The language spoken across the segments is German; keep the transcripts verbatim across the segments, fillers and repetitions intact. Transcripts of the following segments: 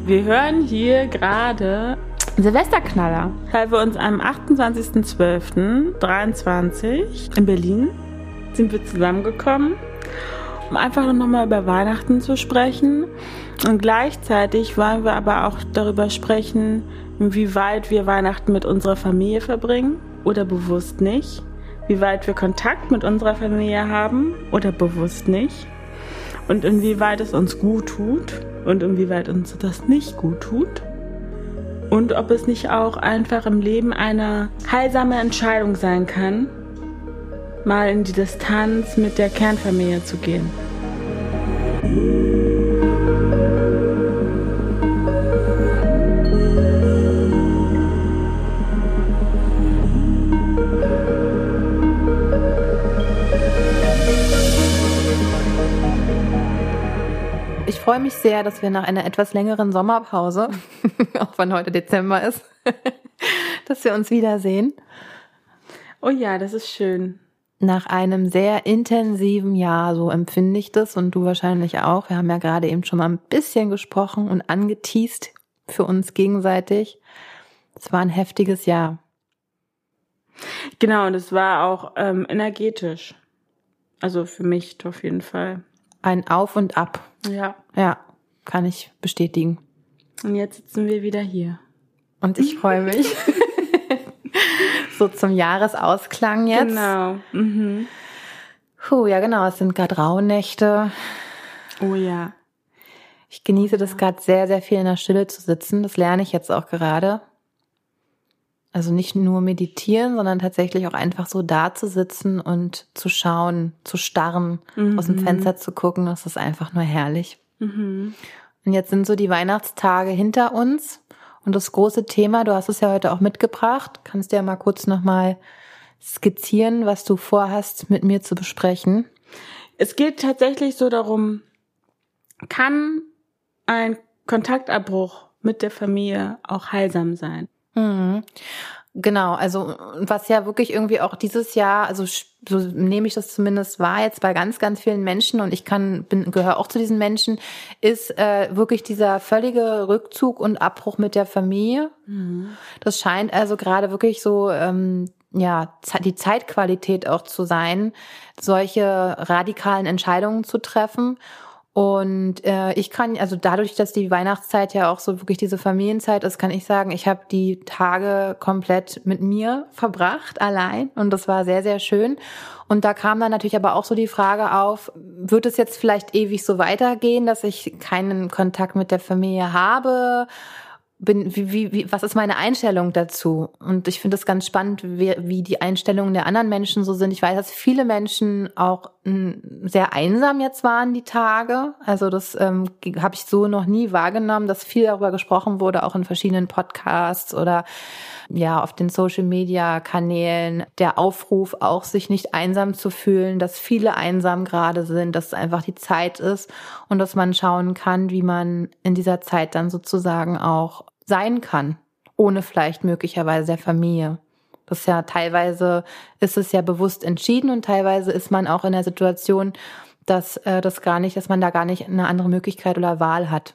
Wir hören hier gerade Silvesterknaller, weil wir uns am achtundzwanzigsten zwölften dreiundzwanzig in Berlin sind wir zusammengekommen, um einfach nochmal über Weihnachten zu sprechen. Und gleichzeitig wollen wir aber auch darüber sprechen, inwieweit wir Weihnachten mit unserer Familie verbringen oder bewusst nicht. Wie weit wir Kontakt mit unserer Familie haben oder bewusst nicht. Und inwieweit es uns gut tut und inwieweit uns das nicht gut tut. Und ob es nicht auch einfach im Leben eine heilsame Entscheidung sein kann, mal in die Distanz mit der Kernfamilie zu gehen. Ich freue mich sehr, dass wir nach einer etwas längeren Sommerpause, auch wenn heute Dezember ist, dass wir uns wiedersehen. Oh ja, das ist schön. Nach einem sehr intensiven Jahr, so empfinde ich das und du wahrscheinlich auch. Wir haben ja gerade eben schon mal ein bisschen gesprochen und angeteast für uns gegenseitig. Es war ein heftiges Jahr. Genau, und es war auch ähm, energetisch. Also für mich auf jeden Fall. Ein Auf und Ab. Ja. Ja, kann ich bestätigen. Und jetzt sitzen wir wieder hier. Und ich freue mich. So zum Jahresausklang jetzt. Genau. Mhm. Puh, ja genau, es sind gerade Rauhnächte. Oh ja. Ich genieße das gerade sehr, sehr viel in der Stille zu sitzen. Das lerne ich jetzt auch gerade. Also nicht nur meditieren, sondern tatsächlich auch einfach so da zu sitzen und zu schauen, zu starren, mhm. aus dem Fenster zu gucken. Das ist einfach nur herrlich. Mhm. Und jetzt sind so die Weihnachtstage hinter uns. Und das große Thema, du hast es ja heute auch mitgebracht, kannst du ja mal kurz nochmal skizzieren, was du vorhast, mit mir zu besprechen. Es geht tatsächlich so darum, kann ein Kontaktabbruch mit der Familie auch heilsam sein? Mhm. Genau, also was ja wirklich irgendwie auch dieses Jahr, also so nehme ich das zumindest wahr jetzt bei ganz, ganz vielen Menschen und ich kann bin gehöre auch zu diesen Menschen, ist äh, wirklich dieser völlige Rückzug und Abbruch mit der Familie. Mhm. Das scheint also gerade wirklich so ähm, ja die Zeitqualität auch zu sein, solche radikalen Entscheidungen zu treffen. Und äh, ich kann, also dadurch, dass die Weihnachtszeit ja auch so wirklich diese Familienzeit ist, kann ich sagen, ich habe die Tage komplett mit mir verbracht, allein. Und das war sehr, sehr schön. Und da kam dann natürlich aber auch so die Frage auf, wird es jetzt vielleicht ewig so weitergehen, dass ich keinen Kontakt mit der Familie habe? Bin, wie, wie, wie, was ist meine Einstellung dazu? Und ich finde es ganz spannend, wie, wie die Einstellungen der anderen Menschen so sind. Ich weiß, dass viele Menschen auch m, sehr einsam jetzt waren, die Tage. Also das ähm, habe ich so noch nie wahrgenommen, dass viel darüber gesprochen wurde, auch in verschiedenen Podcasts oder ja auf den Social-Media-Kanälen. Der Aufruf, auch sich nicht einsam zu fühlen, dass viele einsam gerade sind, dass es einfach die Zeit ist und dass man schauen kann, wie man in dieser Zeit dann sozusagen auch sein kann, ohne vielleicht möglicherweise der Familie. Das ist ja teilweise ist es ja bewusst entschieden und teilweise ist man auch in der Situation, dass äh, das gar nicht, dass man da gar nicht eine andere Möglichkeit oder Wahl hat.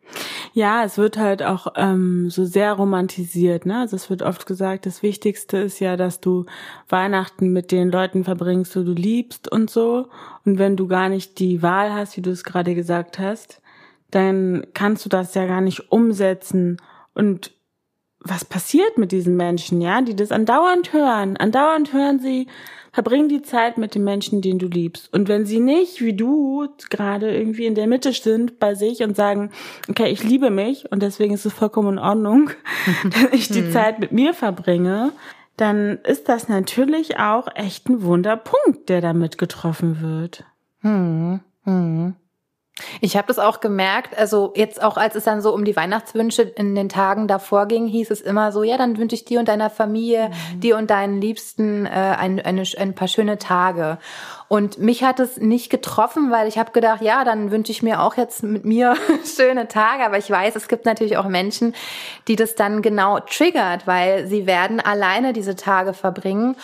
Ja, es wird halt auch ähm, so sehr romantisiert, ne? Also es wird oft gesagt, das Wichtigste ist ja, dass du Weihnachten mit den Leuten verbringst, die du liebst und so. Und wenn du gar nicht die Wahl hast, wie du es gerade gesagt hast, dann kannst du das ja gar nicht umsetzen. Und was passiert mit diesen Menschen, ja, die das andauernd hören? Andauernd hören sie, verbring die Zeit mit den Menschen, den du liebst. Und wenn sie nicht, wie du, gerade irgendwie in der Mitte sind bei sich und sagen, okay, ich liebe mich und deswegen ist es vollkommen in Ordnung, dass ich die Zeit mit mir verbringe, dann ist das natürlich auch echt ein Wunderpunkt, der damit getroffen wird. Hm, hm. Ich habe das auch gemerkt, also jetzt auch, als es dann so um die Weihnachtswünsche in den Tagen davor ging, hieß es immer so, ja, dann wünsche ich dir und deiner Familie, mhm. dir und deinen Liebsten äh, ein, eine, ein paar schöne Tage. Und mich hat es nicht getroffen, weil ich habe gedacht, ja, dann wünsche ich mir auch jetzt mit mir schöne Tage. Aber ich weiß, es gibt natürlich auch Menschen, die das dann genau triggert, weil sie werden alleine diese Tage verbringen.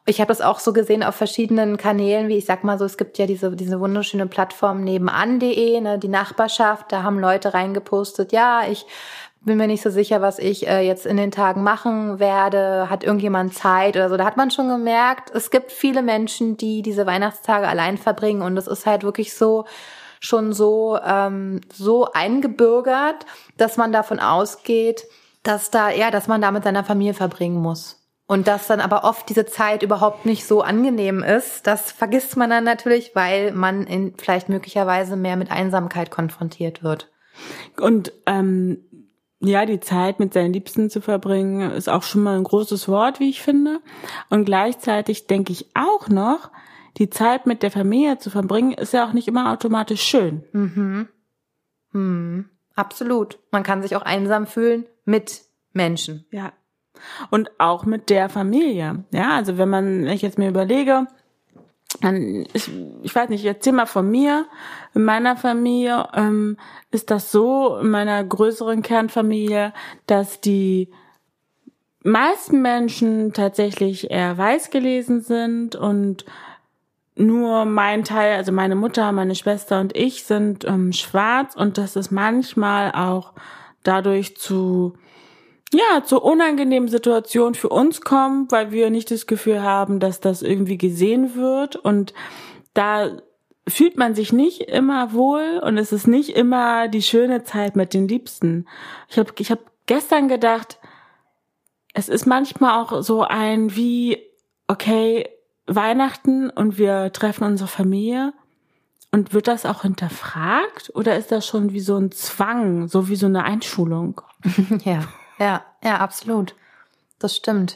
Ich habe das auch so gesehen auf verschiedenen Kanälen, wie ich sag mal so, es gibt ja diese diese wunderschöne Plattform nebenan punkt de, ne, die Nachbarschaft, da haben Leute reingepostet, ja, ich bin mir nicht so sicher, was ich äh, jetzt in den Tagen machen werde, hat irgendjemand Zeit oder so. Da hat man schon gemerkt, es gibt viele Menschen, die diese Weihnachtstage allein verbringen und es ist halt wirklich so, schon so ähm, so eingebürgert, dass man davon ausgeht, dass da ja, dass man da mit seiner Familie verbringen muss. Und dass dann aber oft diese Zeit überhaupt nicht so angenehm ist, das vergisst man dann natürlich, weil man in, vielleicht möglicherweise mehr mit Einsamkeit konfrontiert wird. Und ähm, ja, die Zeit mit seinen Liebsten zu verbringen, ist auch schon mal ein großes Wort, wie ich finde. Und gleichzeitig denke ich auch noch, die Zeit mit der Familie zu verbringen, ist ja auch nicht immer automatisch schön. Mhm. Hm. Absolut. Man kann sich auch einsam fühlen mit Menschen. Ja. Und auch mit der Familie. Ja, also wenn man, wenn ich jetzt mir überlege, dann, ich, ich weiß nicht, ich erzähl mal von mir. In meiner Familie ähm, ist das so, in meiner größeren Kernfamilie, dass die meisten Menschen tatsächlich eher weiß gelesen sind und nur mein Teil, also meine Mutter, meine Schwester und ich sind ähm, schwarz und dass es manchmal auch dadurch zu ja, zu unangenehmen Situationen für uns kommt, weil wir nicht das Gefühl haben, dass das irgendwie gesehen wird und da fühlt man sich nicht immer wohl und es ist nicht immer die schöne Zeit mit den Liebsten. Ich habe ich hab gestern gedacht, es ist manchmal auch so ein wie, okay, Weihnachten und wir treffen unsere Familie und wird das auch hinterfragt oder ist das schon wie so ein Zwang, so wie so eine Einschulung? Ja. Ja, ja, absolut. Das stimmt.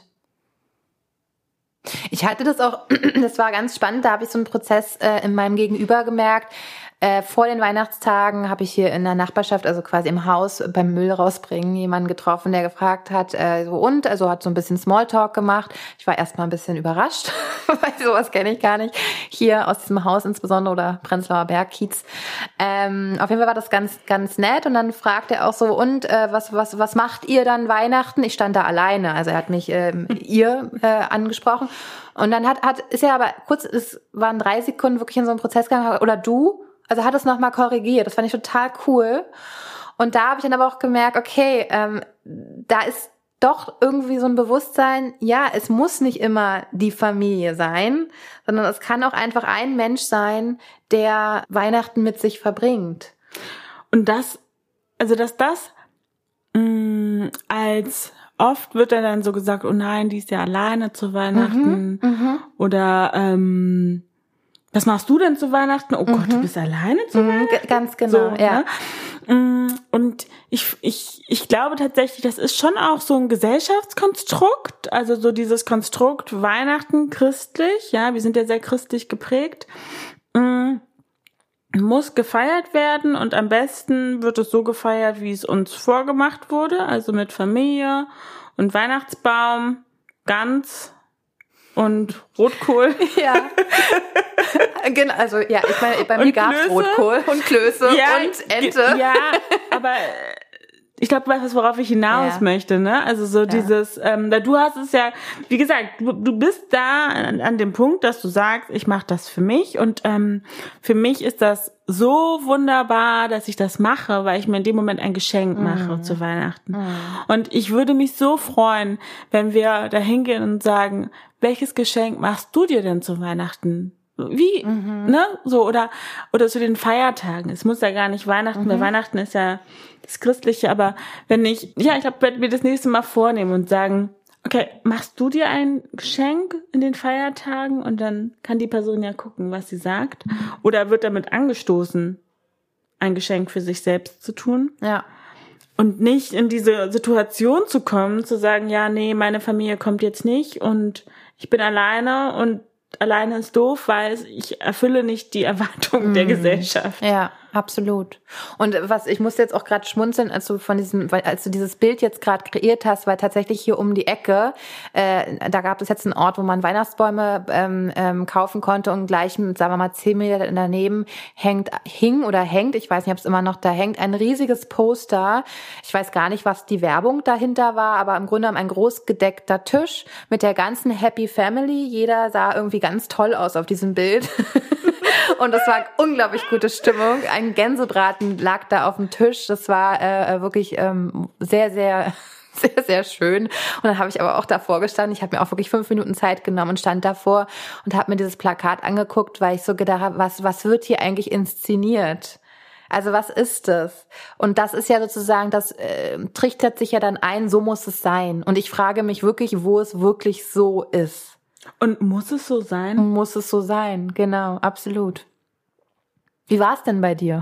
Ich hatte das auch, das war ganz spannend, da habe ich so einen Prozess äh, in meinem Gegenüber gemerkt. Äh, vor den Weihnachtstagen habe ich hier in der Nachbarschaft, also quasi im Haus beim Müll rausbringen, jemanden getroffen, der gefragt hat, äh, so und, also hat so ein bisschen Smalltalk gemacht. Ich war erstmal ein bisschen überrascht, weil sowas kenne ich gar nicht. Hier aus diesem Haus insbesondere oder Prenzlauer Berg, Kiez. Ähm, auf jeden Fall war das ganz, ganz nett und dann fragt er auch so, und äh, was, was, was macht ihr dann Weihnachten? Ich stand da alleine, also er hat mich ähm, ihr äh, angesprochen. Und dann hat, hat, ist ja aber kurz, es waren drei Sekunden wirklich in so einem Prozess gegangen, oder du? Also hat es nochmal korrigiert. Das fand ich total cool. Und da habe ich dann aber auch gemerkt, okay, ähm, da ist doch irgendwie so ein Bewusstsein, ja, es muss nicht immer die Familie sein, sondern es kann auch einfach ein Mensch sein, der Weihnachten mit sich verbringt. Und das, also dass das mh, als oft wird dann so gesagt, oh nein, die ist ja alleine zu Weihnachten. Mhm, mhm. Oder ähm, was machst du denn zu Weihnachten? Oh mhm. Gott, du bist alleine zu mhm, Weihnachten? Ganz genau, so, ja. Ne? Und ich, ich, ich glaube tatsächlich, das ist schon auch so ein Gesellschaftskonstrukt, also so dieses Konstrukt Weihnachten christlich, ja, wir sind ja sehr christlich geprägt, muss gefeiert werden und am besten wird es so gefeiert, wie es uns vorgemacht wurde, also mit Familie und Weihnachtsbaum, Gans und Rotkohl. Ja. Genau, also ja, ich meine, bei mir gab's Rotkohl und Klöße ja, und Ente. Ja, aber ich glaube, du weißt, worauf ich hinaus ja. möchte, ne? Also so ja. dieses, ähm, du hast es ja, wie gesagt, du, du bist da an, an dem Punkt, dass du sagst, ich mache das für mich und ähm, für mich ist das so wunderbar, dass ich das mache, weil ich mir in dem Moment ein Geschenk mache mm. zu Weihnachten. Mm. Und ich würde mich so freuen, wenn wir da hingehen und sagen, welches Geschenk machst du dir denn zu Weihnachten? Wie, mhm. ne, so, oder, oder zu den Feiertagen. Es muss ja gar nicht Weihnachten, mhm. weil Weihnachten ist ja das Christliche, aber wenn ich, ja, ich glaube, werde mir das nächste Mal vornehmen und sagen, okay, machst du dir ein Geschenk in den Feiertagen und dann kann die Person ja gucken, was sie sagt. Oder wird damit angestoßen, ein Geschenk für sich selbst zu tun. Ja. Und nicht in diese Situation zu kommen, zu sagen, ja, nee, meine Familie kommt jetzt nicht und ich bin alleine und alleine ist doof, weil ich erfülle nicht die Erwartungen mm. der Gesellschaft. Ja, Absolut. Und was, ich musste jetzt auch gerade schmunzeln, als du von diesem, als du dieses Bild jetzt gerade kreiert hast, weil tatsächlich hier um die Ecke, äh, da gab es jetzt einen Ort, wo man Weihnachtsbäume ähm, ähm, kaufen konnte und gleich, sagen wir mal, zehn Meter daneben hängt, hing oder hängt, ich weiß nicht, ob es immer noch da hängt, ein riesiges Poster. Ich weiß gar nicht, was die Werbung dahinter war, aber im Grunde genommen ein groß gedeckter Tisch mit der ganzen Happy Family. Jeder sah irgendwie ganz toll aus auf diesem Bild. Und es war unglaublich gute Stimmung. Ein Gänsebraten lag da auf dem Tisch. Das war äh, wirklich ähm, sehr, sehr, sehr, sehr schön. Und dann habe ich aber auch davor gestanden. Ich habe mir auch wirklich fünf Minuten Zeit genommen und stand davor und habe mir dieses Plakat angeguckt, weil ich so gedacht habe, was, was wird hier eigentlich inszeniert? Also was ist das? Und das ist ja sozusagen, das äh, trichtert sich ja dann ein, so muss es sein. Und ich frage mich wirklich, wo es wirklich so ist. Und muss es so sein? Muss es so sein, genau, absolut. Wie war es denn bei dir?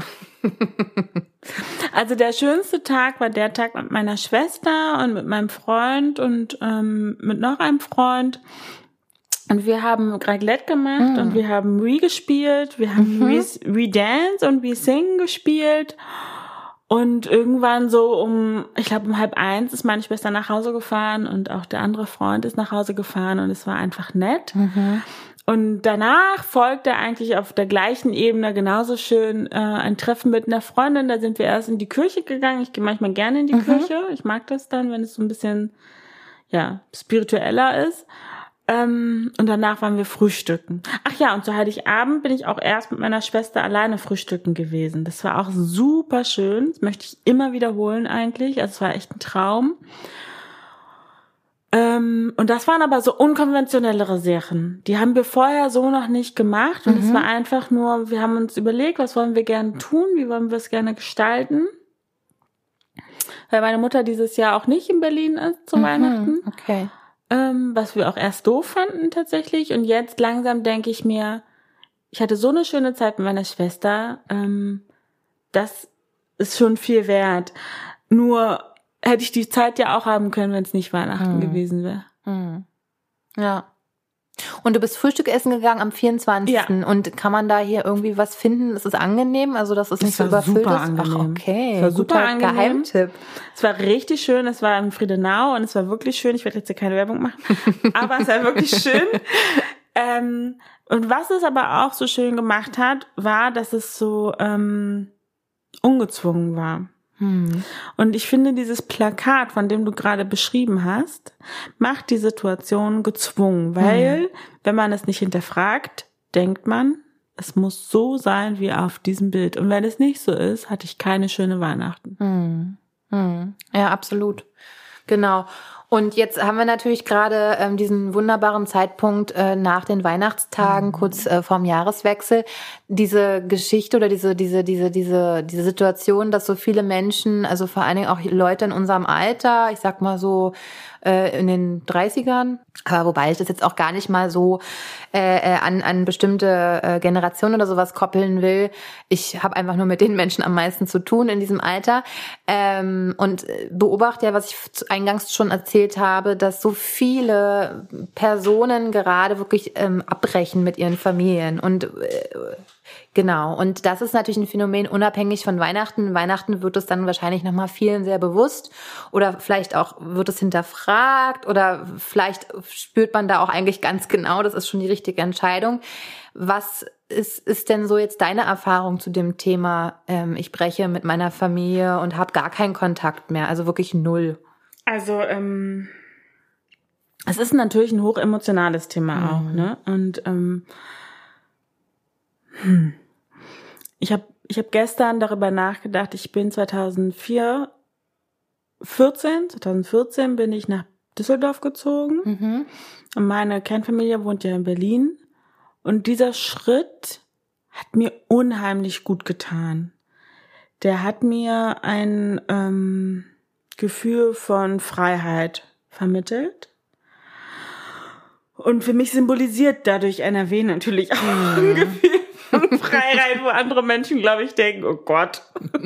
Also der schönste Tag war der Tag mit meiner Schwester und mit meinem Freund und ähm, mit noch einem Freund. Und wir haben Raclette gemacht mm. und wir haben Wii gespielt, wir haben mhm. Wii, Wii Dance und Wii Sing gespielt. Und irgendwann so um, ich glaube um halb eins ist meine Schwester nach Hause gefahren und auch der andere Freund ist nach Hause gefahren und es war einfach nett. Mhm. Und danach folgte eigentlich auf der gleichen Ebene genauso schön äh, ein Treffen mit einer Freundin. Da sind wir erst in die Kirche gegangen. Ich gehe manchmal gerne in die mhm. Kirche. Ich mag das dann, wenn es so ein bisschen ja spiritueller ist. Ähm, und danach waren wir frühstücken. Ach ja, und zu Heiligabend bin ich auch erst mit meiner Schwester alleine frühstücken gewesen. Das war auch super schön. Das möchte ich immer wiederholen eigentlich. Also es war echt ein Traum. Ähm, und das waren aber so unkonventionellere Sachen. Die haben wir vorher so noch nicht gemacht. Und es mhm. war einfach nur, wir haben uns überlegt, was wollen wir gerne tun? Wie wollen wir es gerne gestalten? Weil meine Mutter dieses Jahr auch nicht in Berlin ist zu mhm. Weihnachten. Okay. Ähm, was wir auch erst doof fanden tatsächlich. Und jetzt langsam denke ich mir, ich hatte so eine schöne Zeit mit meiner Schwester, ähm, das ist schon viel wert. Nur hätte ich die Zeit ja auch haben können, wenn es nicht Weihnachten hm. gewesen wäre. Hm. Ja. Und du bist Frühstück essen gegangen am vierundzwanzigsten Ja. Und kann man da hier irgendwie was finden? Ist es angenehm? Also, dass es nicht so überfüllt super ist? Angenehm. Ach, okay. Es war super Guter angenehm. Geheimtipp. Es war richtig schön. Es war in Friedenau und es war wirklich schön. Ich werde jetzt hier keine Werbung machen. Aber es war wirklich schön. ähm, und was es aber auch so schön gemacht hat, war, dass es so ähm, ungezwungen war. Hm. Und ich finde, dieses Plakat, von dem du gerade beschrieben hast, macht die Situation gezwungen, weil, hm. wenn man es nicht hinterfragt, denkt man, es muss so sein wie auf diesem Bild. Und wenn es nicht so ist, hatte ich keine schöne Weihnachten. Hm. Hm. Ja, absolut. Genau. Und jetzt haben wir natürlich gerade ähm, diesen wunderbaren Zeitpunkt äh, nach den Weihnachtstagen, mhm. kurz äh, vorm Jahreswechsel. Diese Geschichte oder diese diese diese diese diese Situation, dass so viele Menschen, also vor allen Dingen auch Leute in unserem Alter, ich sag mal so äh, in den dreißigern, aber wobei ich das jetzt auch gar nicht mal so äh, an an bestimmte äh, Generationen oder sowas koppeln will. Ich habe einfach nur mit den Menschen am meisten zu tun in diesem Alter ähm, und beobachte ja, was ich eingangs schon erzählt habe, dass so viele Personen gerade wirklich ähm, abbrechen mit ihren Familien und äh, genau. Und das ist natürlich ein Phänomen unabhängig von Weihnachten. Weihnachten wird es dann wahrscheinlich nochmal vielen sehr bewusst oder vielleicht auch wird es hinterfragt oder vielleicht spürt man da auch eigentlich ganz genau, das ist schon die richtige Entscheidung. Was ist, ist denn so jetzt deine Erfahrung zu dem Thema, ähm, ich breche mit meiner Familie und habe gar keinen Kontakt mehr, also wirklich null? Also, ähm, es ist natürlich ein hochemotionales Thema mhm. auch, ne? Und ähm, hm. ich habe ich hab gestern darüber nachgedacht, ich bin zweitausendvier, vierzehn, zweitausendvierzehn bin ich nach Düsseldorf gezogen. Mhm. Und meine Kernfamilie wohnt ja in Berlin. Und dieser Schritt hat mir unheimlich gut getan. Der hat mir ein ähm, Gefühl von Freiheit vermittelt. Und für mich symbolisiert dadurch N R W natürlich auch mhm. ein Gefühl von Freiheit, wo andere Menschen, glaube ich, denken, oh Gott.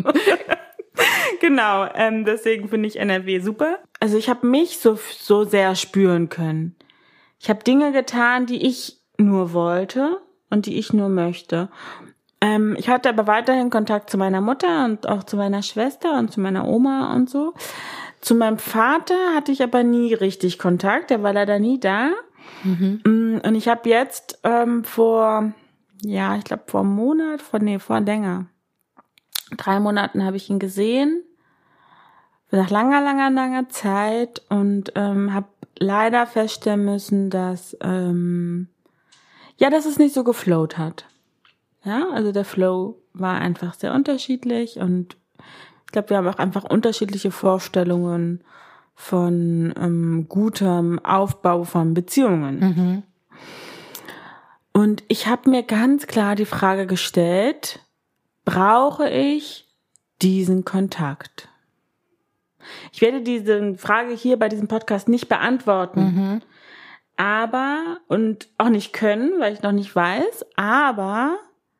Genau, ähm, deswegen finde ich N R W super. Also ich habe mich so so sehr spüren können. Ich habe Dinge getan, die ich nur wollte und die ich nur möchte. Ähm, ich hatte aber weiterhin Kontakt zu meiner Mutter und auch zu meiner Schwester und zu meiner Oma und so. Zu meinem Vater hatte ich aber nie richtig Kontakt, der war leider nie da. Mhm. Und ich habe jetzt ähm, vor, ja, ich glaube vor einem Monat, vor, nee, vor länger, drei Monaten habe ich ihn gesehen, nach langer, langer, langer Zeit und ähm, habe leider feststellen müssen, dass, ähm, ja, dass es nicht so geflowt hat. Ja, also der Flow war einfach sehr unterschiedlich und ich glaube, wir haben auch einfach unterschiedliche Vorstellungen von ähm, gutem Aufbau von Beziehungen. Mhm. Und ich habe mir ganz klar die Frage gestellt, brauche ich diesen Kontakt? Ich werde diese Frage hier bei diesem Podcast nicht beantworten, mhm. aber, und auch nicht können, weil ich noch nicht weiß, aber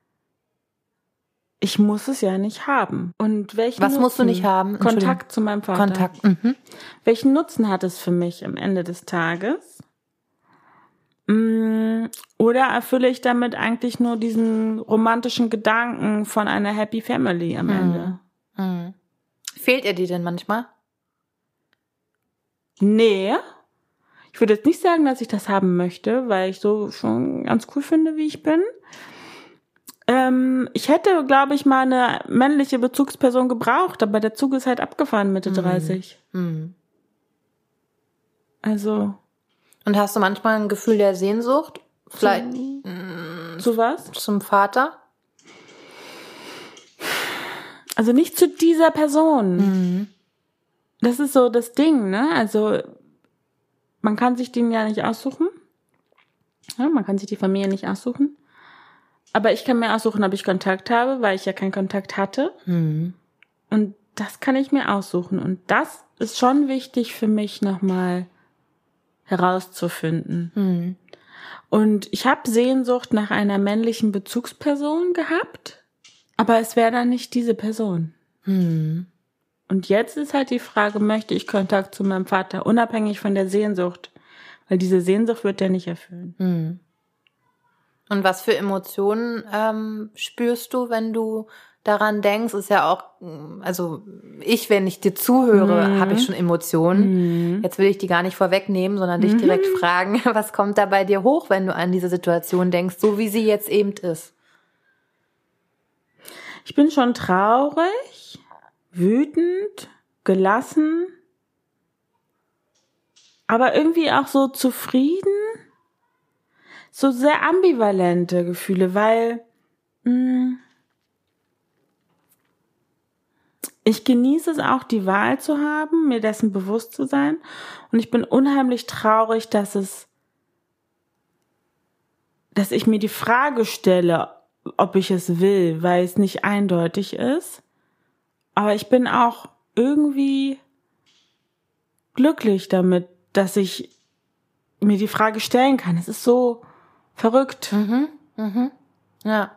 ich muss es ja nicht haben. Und welchen Was Nutzen? musst du nicht haben? Kontakt zu meinem Vater. Kontakt. Mhm. Welchen Nutzen hat es für mich am Ende des Tages? Oder erfülle ich damit eigentlich nur diesen romantischen Gedanken von einer Happy Family am Ende? Mhm. Mhm. Fehlt ihr die denn manchmal? Nee. Ich würde jetzt nicht sagen, dass ich das haben möchte, weil ich so schon ganz cool finde, wie ich bin. Ähm, ich hätte, glaube ich, mal eine männliche Bezugsperson gebraucht, aber der Zug ist halt abgefahren Mitte dreißig. Mhm. Also. Und hast du manchmal ein Gefühl der Sehnsucht? Vielleicht zu, zu was? Zum Vater? Also nicht zu dieser Person. Mhm. Das ist so das Ding, ne? Also man kann sich den ja nicht aussuchen. Ja, man kann sich die Familie nicht aussuchen. Aber ich kann mir aussuchen, ob ich Kontakt habe, weil ich ja keinen Kontakt hatte. Mhm. Und das kann ich mir aussuchen. Und das ist schon wichtig für mich nochmal herauszufinden. Mhm. Und ich habe Sehnsucht nach einer männlichen Bezugsperson gehabt, aber es wäre dann nicht diese Person. Mhm. Und jetzt ist halt die Frage, möchte ich Kontakt zu meinem Vater, unabhängig von der Sehnsucht? Weil diese Sehnsucht wird er nicht erfüllen. Mhm. Und was für Emotionen ähm, spürst du, wenn du daran denkst? Ist ja auch, also ich, wenn ich dir zuhöre, mhm. habe ich schon Emotionen. Mhm. Jetzt will ich die gar nicht vorwegnehmen, sondern dich mhm. direkt fragen, was kommt da bei dir hoch, wenn du an diese Situation denkst, so wie sie jetzt eben ist? Ich bin schon traurig, wütend, gelassen, aber irgendwie auch so zufrieden. So sehr ambivalente Gefühle, weil mh, ich genieße es auch, die Wahl zu haben, mir dessen bewusst zu sein. Und ich bin unheimlich traurig, dass es, dass ich mir die Frage stelle, ob ich es will, weil es nicht eindeutig ist. Aber ich bin auch irgendwie glücklich damit, dass ich mir die Frage stellen kann. Es ist so verrückt. Mhm, mhm. Ja.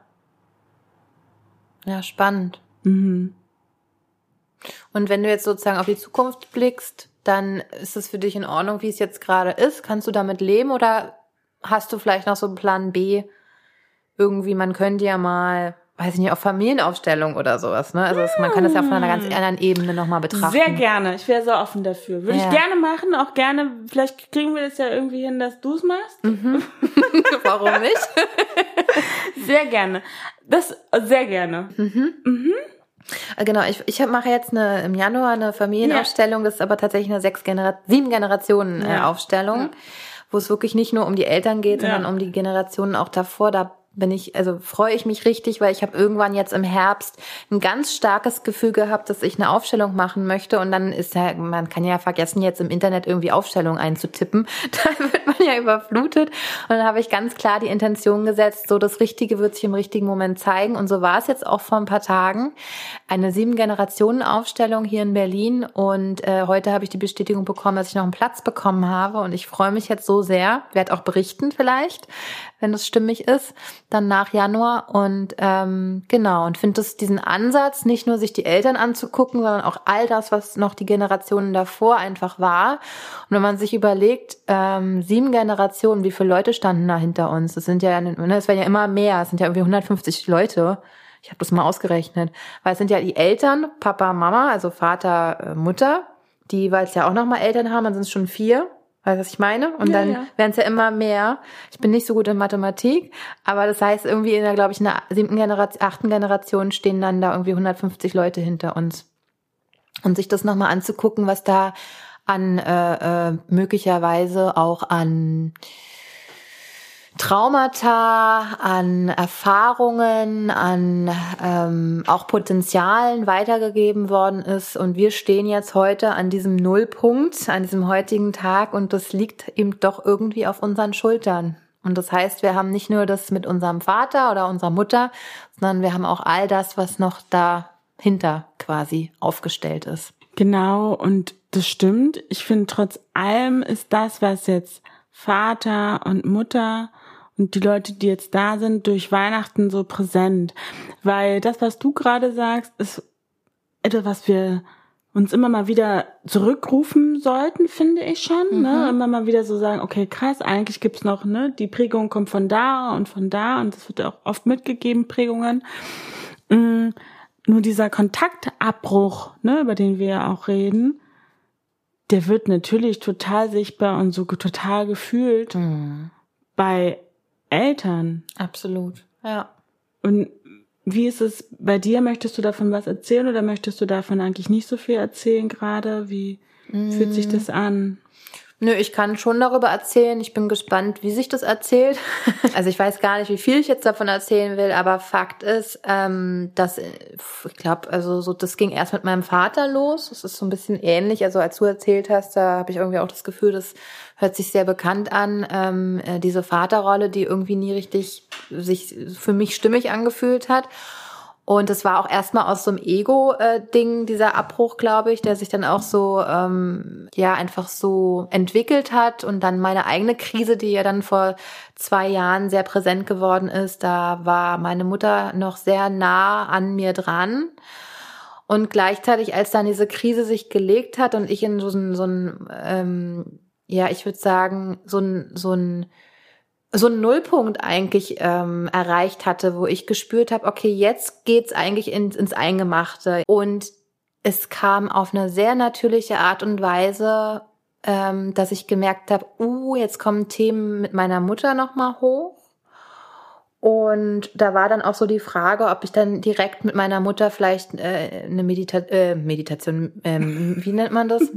Ja, spannend. Mhm. Und wenn du jetzt sozusagen auf die Zukunft blickst, dann ist es für dich in Ordnung, wie es jetzt gerade ist? Kannst du damit leben oder hast du vielleicht noch so einen Plan B? Irgendwie, man könnte ja mal, weiß ich nicht, auf Familienaufstellung oder sowas, ne? Also man kann das ja von einer ganz anderen Ebene nochmal betrachten. Sehr gerne. Ich wäre so offen dafür. Würde Ja. ich gerne machen, auch gerne, vielleicht kriegen wir das ja irgendwie hin, dass du es machst. Mhm. Warum nicht? Sehr gerne. Das, sehr gerne. Mhm. Mhm. Genau, ich, ich mache jetzt eine, im Januar eine Familienaufstellung, das ist aber tatsächlich eine sechs Genera- sieben Generationen äh, Ja. Aufstellung, Ja. wo es wirklich nicht nur um die Eltern geht, Ja. sondern um die Generationen auch davor. Da bin ich, also freue ich mich richtig, weil ich habe irgendwann jetzt im Herbst ein ganz starkes Gefühl gehabt, dass ich eine Aufstellung machen möchte und dann ist ja, man kann ja vergessen, jetzt im Internet irgendwie Aufstellung einzutippen, da wird man ja überflutet und dann habe ich ganz klar die Intention gesetzt, so das Richtige wird sich im richtigen Moment zeigen und so war es jetzt auch vor ein paar Tagen. eine Sieben-Generationen-Aufstellung hier in Berlin und äh, heute habe ich die Bestätigung bekommen, dass ich noch einen Platz bekommen habe und ich freue mich jetzt so sehr, werde auch berichten vielleicht, wenn das stimmig ist, dann nach Januar und ähm, genau und finde das diesen Ansatz, nicht nur sich die Eltern anzugucken, sondern auch all das, was noch die Generationen davor einfach war und wenn man sich überlegt, ähm, sieben Generationen, wie viele Leute standen da hinter uns, das sind ja, ne, es werden ja immer mehr, es sind ja irgendwie hundertfünfzig Leute. Ich habe das mal ausgerechnet, weil es sind ja die Eltern, Papa, Mama, also Vater, Mutter, die jeweils ja auch nochmal Eltern haben, dann sind es schon vier, weißt du, was ich meine? Und ja, dann ja. werden es ja immer mehr. Ich bin nicht so gut in Mathematik, aber das heißt irgendwie in der, glaube ich, in der siebten Generation, achten Generation stehen dann da irgendwie hundertfünfzig Leute hinter uns. Und sich das nochmal anzugucken, was da an äh, äh, möglicherweise auch an Traumata, an Erfahrungen, an ähm, auch Potenzialen weitergegeben worden ist. Und wir stehen jetzt heute an diesem Nullpunkt, an diesem heutigen Tag und das liegt eben doch irgendwie auf unseren Schultern. Und das heißt, wir haben nicht nur das mit unserem Vater oder unserer Mutter, sondern wir haben auch all das, was noch dahinter quasi aufgestellt ist. Genau, und das stimmt. Ich finde, trotz allem ist das, was jetzt Vater und Mutter und die Leute, die jetzt da sind, durch Weihnachten so präsent. Weil das, was du gerade sagst, ist etwas, was wir uns immer mal wieder zurückrufen sollten, finde ich schon. Mhm. Ne? Immer mal wieder so sagen, okay, krass, eigentlich gibt's noch, ne, die Prägung kommt von da und von da und das wird auch oft mitgegeben, Prägungen. Mhm. Nur dieser Kontaktabbruch, ne, über den wir ja auch reden, der wird natürlich total sichtbar und so total gefühlt mhm. bei Eltern. Absolut, ja. Und wie ist es bei dir? Möchtest du davon was erzählen oder möchtest du davon eigentlich nicht so viel erzählen gerade? Wie mm. fühlt sich das an? Nö, ich kann schon darüber erzählen. Ich bin gespannt, wie sich das erzählt. Also ich weiß gar nicht, wie viel ich jetzt davon erzählen will, aber Fakt ist, ähm, dass ich glaube, also so das ging erst mit meinem Vater los. Das ist so ein bisschen ähnlich. Also als du erzählt hast, da habe ich irgendwie auch das Gefühl, das hört sich sehr bekannt an. Ähm, äh, diese Vaterrolle, die irgendwie nie richtig sich für mich stimmig angefühlt hat. Und es war auch erstmal aus so einem Ego-Ding, dieser Abbruch, glaube ich, der sich dann auch so, ähm, ja, einfach so entwickelt hat. Und dann meine eigene Krise, die ja dann vor zwei Jahren sehr präsent geworden ist, da war meine Mutter noch sehr nah an mir dran. Und gleichzeitig, als dann diese Krise sich gelegt hat und ich in so ein, so ein ähm, ja, ich würde sagen, so ein, so ein, so einen Nullpunkt eigentlich ähm, erreicht hatte, wo ich gespürt habe, okay, jetzt geht's eigentlich ins, ins Eingemachte. Und es kam auf eine sehr natürliche Art und Weise, ähm, dass ich gemerkt habe, uh, jetzt kommen Themen mit meiner Mutter nochmal hoch. Und da war dann auch so die Frage, ob ich dann direkt mit meiner Mutter vielleicht äh, eine Medita- äh, Meditation, ähm, wie nennt man das?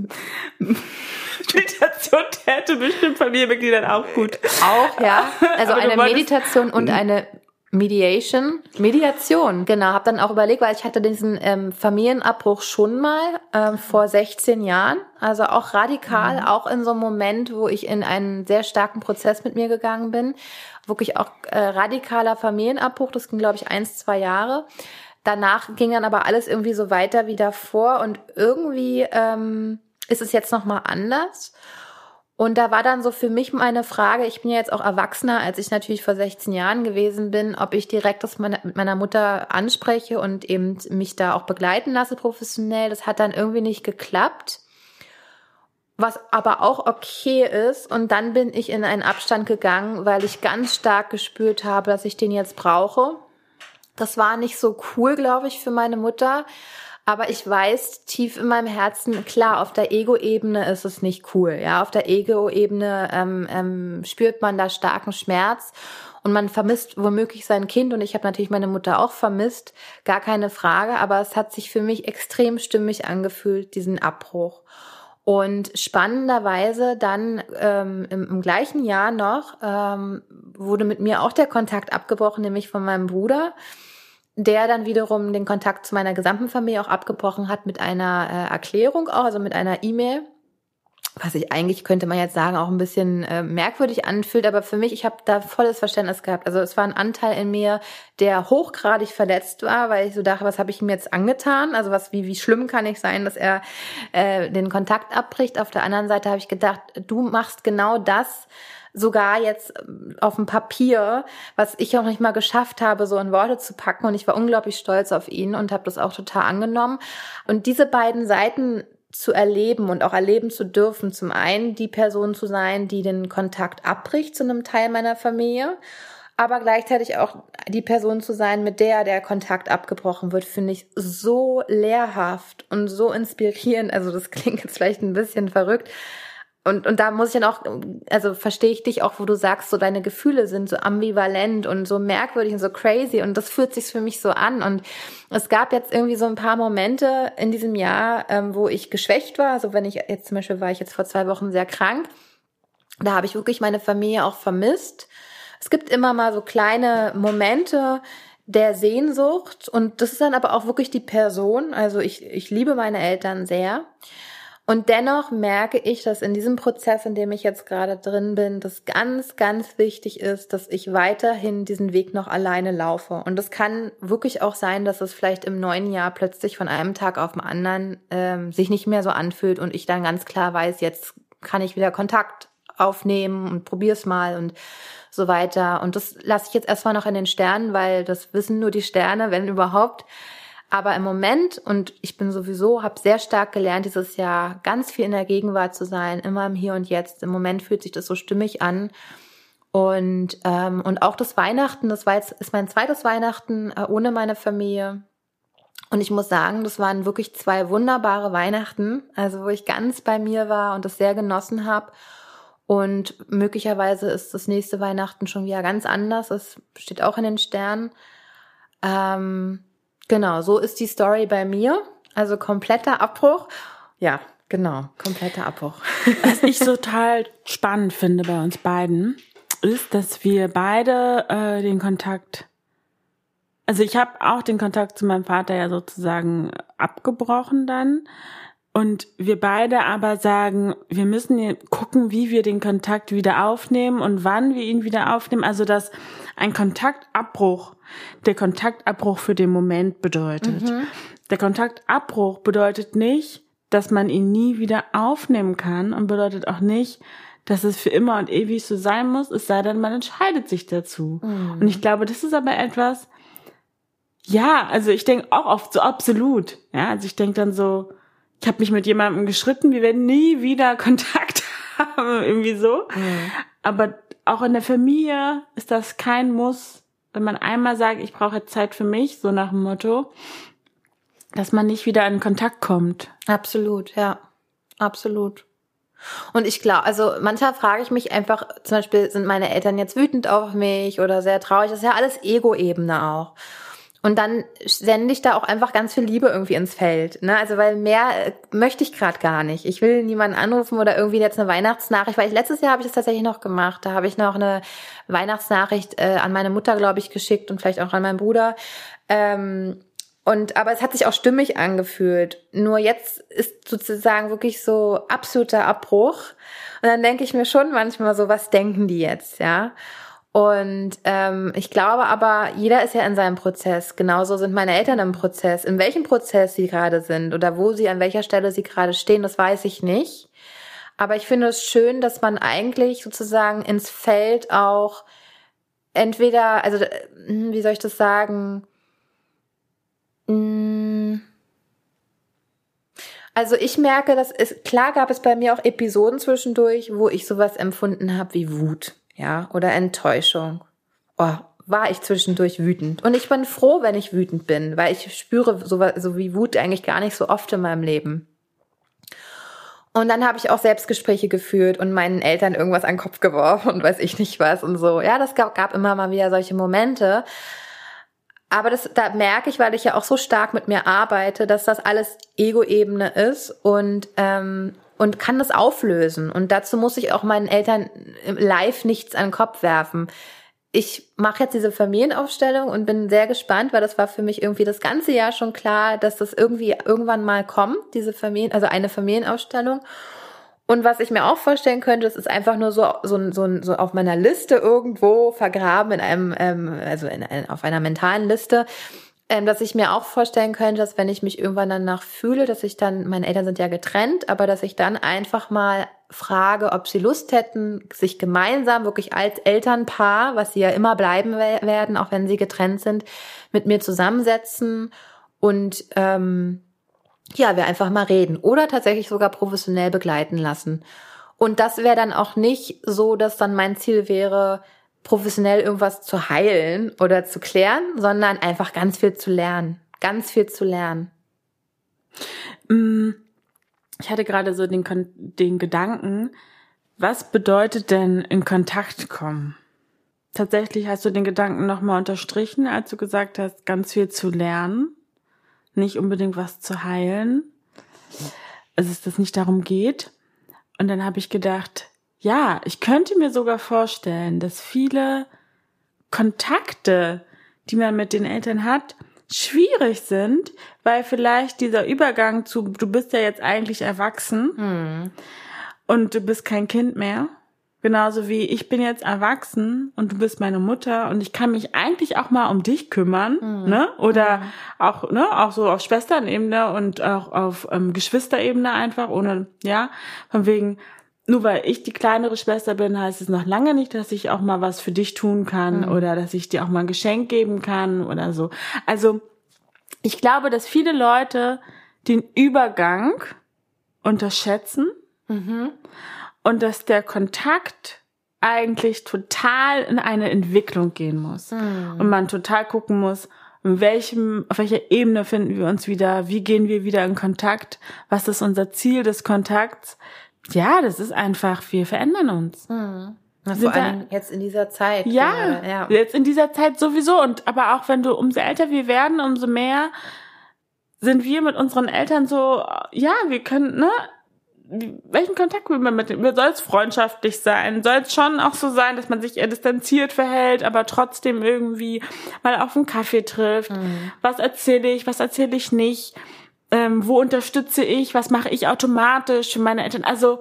Meditation täte bestimmt Familienmitgliedern auch gut. Auch, ja. Also eine Meditation und eine Mediation. Mediation, genau. Habe dann auch überlegt, weil ich hatte diesen ähm, Familienabbruch schon mal ähm, vor sechzehn Jahren. Also auch radikal, mhm. auch in so einem Moment, wo ich in einen sehr starken Prozess mit mir gegangen bin. Wirklich auch äh, radikaler Familienabbruch. Das ging, glaube ich, eins, zwei Jahre. Danach ging dann aber alles irgendwie so weiter wie davor. Und irgendwie ähm, ist es jetzt nochmal anders. Und da war dann so für mich meine Frage, ich bin ja jetzt auch erwachsener, als ich natürlich vor sechzehn Jahren gewesen bin, ob ich direkt das mit meiner Mutter anspreche und eben mich da auch begleiten lasse professionell. Das hat dann irgendwie nicht geklappt, was aber auch okay ist. Und dann bin ich in einen Abstand gegangen, weil ich ganz stark gespürt habe, dass ich den jetzt brauche. Das war nicht so cool, glaube ich, für meine Mutter. Aber ich weiß tief in meinem Herzen, klar, auf der Ego-Ebene ist es nicht cool. Ja, auf der Ego-Ebene ähm, ähm, spürt man da starken Schmerz und man vermisst womöglich sein Kind. Und ich habe natürlich meine Mutter auch vermisst, gar keine Frage. Aber es hat sich für mich extrem stimmig angefühlt, diesen Abbruch. Und spannenderweise dann ähm, im, im gleichen Jahr noch ähm, wurde mit mir auch der Kontakt abgebrochen, nämlich von meinem Bruder, der dann wiederum den Kontakt zu meiner gesamten Familie auch abgebrochen hat mit einer äh, Erklärung auch, also mit einer E-Mail, was sich eigentlich, könnte man jetzt sagen, auch ein bisschen äh, merkwürdig anfühlt, aber für mich, ich habe da volles Verständnis gehabt. Also es war ein Anteil in mir, der hochgradig verletzt war, weil ich so dachte, was habe ich ihm jetzt angetan? Also was, wie wie schlimm kann ich sein, dass er äh, den Kontakt abbricht? Auf der anderen Seite habe ich gedacht, du machst genau das, sogar jetzt auf dem Papier, was ich auch nicht mal geschafft habe, so in Worte zu packen. Und ich war unglaublich stolz auf ihn und habe das auch total angenommen. Und diese beiden Seiten zu erleben und auch erleben zu dürfen, zum einen die Person zu sein, die den Kontakt abbricht zu einem Teil meiner Familie, aber gleichzeitig auch die Person zu sein, mit der der Kontakt abgebrochen wird, finde ich so lehrhaft und so inspirierend. Also das klingt jetzt vielleicht ein bisschen verrückt. Und und da muss ich dann auch, also verstehe ich dich auch, wo du sagst, so deine Gefühle sind so ambivalent und so merkwürdig und so crazy und das fühlt sich für mich so an. Und es gab jetzt irgendwie so ein paar Momente in diesem Jahr, ähm, wo ich geschwächt war. Also wenn ich jetzt zum Beispiel war ich jetzt vor zwei Wochen sehr krank, da habe ich wirklich meine Familie auch vermisst. Es gibt immer mal so kleine Momente der Sehnsucht und das ist dann aber auch wirklich die Person. Also ich ich liebe meine Eltern sehr. Und dennoch merke ich, dass in diesem Prozess, in dem ich jetzt gerade drin bin, das ganz, ganz wichtig ist, dass ich weiterhin diesen Weg noch alleine laufe. Und es kann wirklich auch sein, dass es vielleicht im neuen Jahr plötzlich von einem Tag auf den anderen ähm, sich nicht mehr so anfühlt und ich dann ganz klar weiß, jetzt kann ich wieder Kontakt aufnehmen und probier's mal und so weiter. Und das lasse ich jetzt erstmal noch in den Sternen, weil das wissen nur die Sterne, wenn überhaupt. Aber im Moment, und ich bin sowieso, habe sehr stark gelernt dieses Jahr, ganz viel in der Gegenwart zu sein, immer im Hier und Jetzt. Im Moment fühlt sich das so stimmig an. Und ähm, und auch das Weihnachten, das war jetzt, ist mein zweites Weihnachten äh, ohne meine Familie. Und ich muss sagen, das waren wirklich zwei wunderbare Weihnachten, also wo ich ganz bei mir war und das sehr genossen habe. Und möglicherweise ist das nächste Weihnachten schon wieder ganz anders. Das steht auch in den Sternen. Ähm, Genau, so ist die Story bei mir. Also kompletter Abbruch. Ja, genau, kompletter Abbruch. Was ich total spannend finde bei uns beiden, ist, dass wir beide äh, den Kontakt, also ich habe auch den Kontakt zu meinem Vater ja sozusagen abgebrochen dann. Und wir beide aber sagen, wir müssen gucken, wie wir den Kontakt wieder aufnehmen und wann wir ihn wieder aufnehmen. Also, dass ein Kontaktabbruch der Kontaktabbruch für den Moment bedeutet. Mhm. Der Kontaktabbruch bedeutet nicht, dass man ihn nie wieder aufnehmen kann und bedeutet auch nicht, dass es für immer und ewig so sein muss, es sei denn, man entscheidet sich dazu. Mhm. Und ich glaube, das ist aber etwas, ja, also ich denke auch oft so absolut. Ja, also ich denke dann so, ich habe mich mit jemandem geschritten, wir werden nie wieder Kontakt haben, irgendwie so. Mhm. Aber auch in der Familie ist das kein Muss, wenn man einmal sagt, ich brauche jetzt Zeit für mich, so nach dem Motto, dass man nicht wieder in Kontakt kommt. Absolut, ja, absolut. Und ich glaube, also manchmal frage ich mich einfach, zum Beispiel, sind meine Eltern jetzt wütend auf mich oder sehr traurig? Das ist ja alles Ego-Ebene auch. Und dann sende ich da auch einfach ganz viel Liebe irgendwie ins Feld, ne? Also weil mehr äh, möchte ich gerade gar nicht. Ich will niemanden anrufen oder irgendwie jetzt eine Weihnachtsnachricht, weil ich letztes Jahr habe ich das tatsächlich noch gemacht. Da habe ich noch eine Weihnachtsnachricht äh, an meine Mutter, glaube ich, geschickt und vielleicht auch an meinen Bruder. Ähm, und aber es hat sich auch stimmig angefühlt. Nur jetzt ist sozusagen wirklich so absoluter Abbruch. Und dann denke ich mir schon manchmal so, was denken die jetzt, ja? Und ähm, ich glaube aber, jeder ist ja in seinem Prozess. Genauso sind meine Eltern im Prozess. In welchem Prozess sie gerade sind oder wo sie, an welcher Stelle sie gerade stehen, das weiß ich nicht. Aber ich finde es schön, dass man eigentlich sozusagen ins Feld auch entweder, also wie soll ich das sagen? Also ich merke, dass es, klar gab es bei mir auch Episoden zwischendurch, wo ich sowas empfunden habe wie Wut. Ja, oder Enttäuschung. Oh, war ich zwischendurch wütend. Und ich bin froh, wenn ich wütend bin, weil ich spüre so, so wie Wut eigentlich gar nicht so oft in meinem Leben. Und dann habe ich auch Selbstgespräche geführt und meinen Eltern irgendwas an den Kopf geworfen und weiß ich nicht was und so. Ja, das gab, gab immer mal wieder solche Momente. Aber das, da merke ich, weil ich ja auch so stark mit mir arbeite, dass das alles Ego-Ebene ist und ähm, und kann das auflösen. Und dazu muss ich auch meinen Eltern live nichts an den Kopf werfen. Ich mache jetzt diese Familienaufstellung und bin sehr gespannt, weil das war für mich irgendwie das ganze Jahr schon klar, dass das irgendwie irgendwann mal kommt, diese Familien, also eine Familienaufstellung. Und was ich mir auch vorstellen könnte, das ist einfach nur so so so, so auf meiner Liste irgendwo vergraben in einem ähm, also in, in, auf einer mentalen Liste, ähm, dass ich mir auch vorstellen könnte, dass wenn ich mich irgendwann danach fühle, dass ich dann, meine Eltern sind ja getrennt, aber dass ich dann einfach mal frage, ob sie Lust hätten, sich gemeinsam wirklich als Elternpaar, was sie ja immer bleiben we- werden, auch wenn sie getrennt sind, mit mir zusammensetzen und ähm, ja, wir einfach mal reden oder tatsächlich sogar professionell begleiten lassen. Und das wäre dann auch nicht so, dass dann mein Ziel wäre, professionell irgendwas zu heilen oder zu klären, sondern einfach ganz viel zu lernen. Ganz viel zu lernen. Ich hatte gerade so den, den Gedanken, was bedeutet denn in Kontakt kommen? Tatsächlich hast du den Gedanken nochmal unterstrichen, als du gesagt hast, ganz viel zu lernen, nicht unbedingt was zu heilen, also dass es nicht darum geht. Und dann habe ich gedacht, ja, ich könnte mir sogar vorstellen, dass viele Kontakte, die man mit den Eltern hat, schwierig sind, weil vielleicht dieser Übergang zu, du bist ja jetzt eigentlich erwachsen hm. und du bist kein Kind mehr, genauso wie ich bin jetzt erwachsen und du bist meine Mutter und ich kann mich eigentlich auch mal um dich kümmern, hm. ne? Oder hm. auch, ne, auch so auf Schwesternebene und auch auf ähm, Geschwisterebene einfach, ohne, ja, von wegen, nur weil ich die kleinere Schwester bin, heißt es noch lange nicht, dass ich auch mal was für dich tun kann mhm. oder dass ich dir auch mal ein Geschenk geben kann oder so. Also ich glaube, dass viele Leute den Übergang unterschätzen mhm. und dass der Kontakt eigentlich total in eine Entwicklung gehen muss. Mhm. Und man total gucken muss, in welchem, auf welcher Ebene finden wir uns wieder, wie gehen wir wieder in Kontakt, was ist unser Ziel des Kontakts. Ja, das ist einfach, wir verändern uns. Hm. Vor allem jetzt in dieser Zeit. Ja, äh, ja, jetzt in dieser Zeit sowieso. Und aber auch wenn du, umso älter wir werden, umso mehr sind wir mit unseren Eltern so, ja, wir können, ne, welchen Kontakt will man mit dem? Soll es freundschaftlich sein? Soll es schon auch so sein, dass man sich eher distanziert verhält, aber trotzdem irgendwie mal auf einen Kaffee trifft? Hm. Was erzähle ich, was erzähle ich nicht? Ähm, wo unterstütze ich, was mache ich automatisch für meine Eltern? Also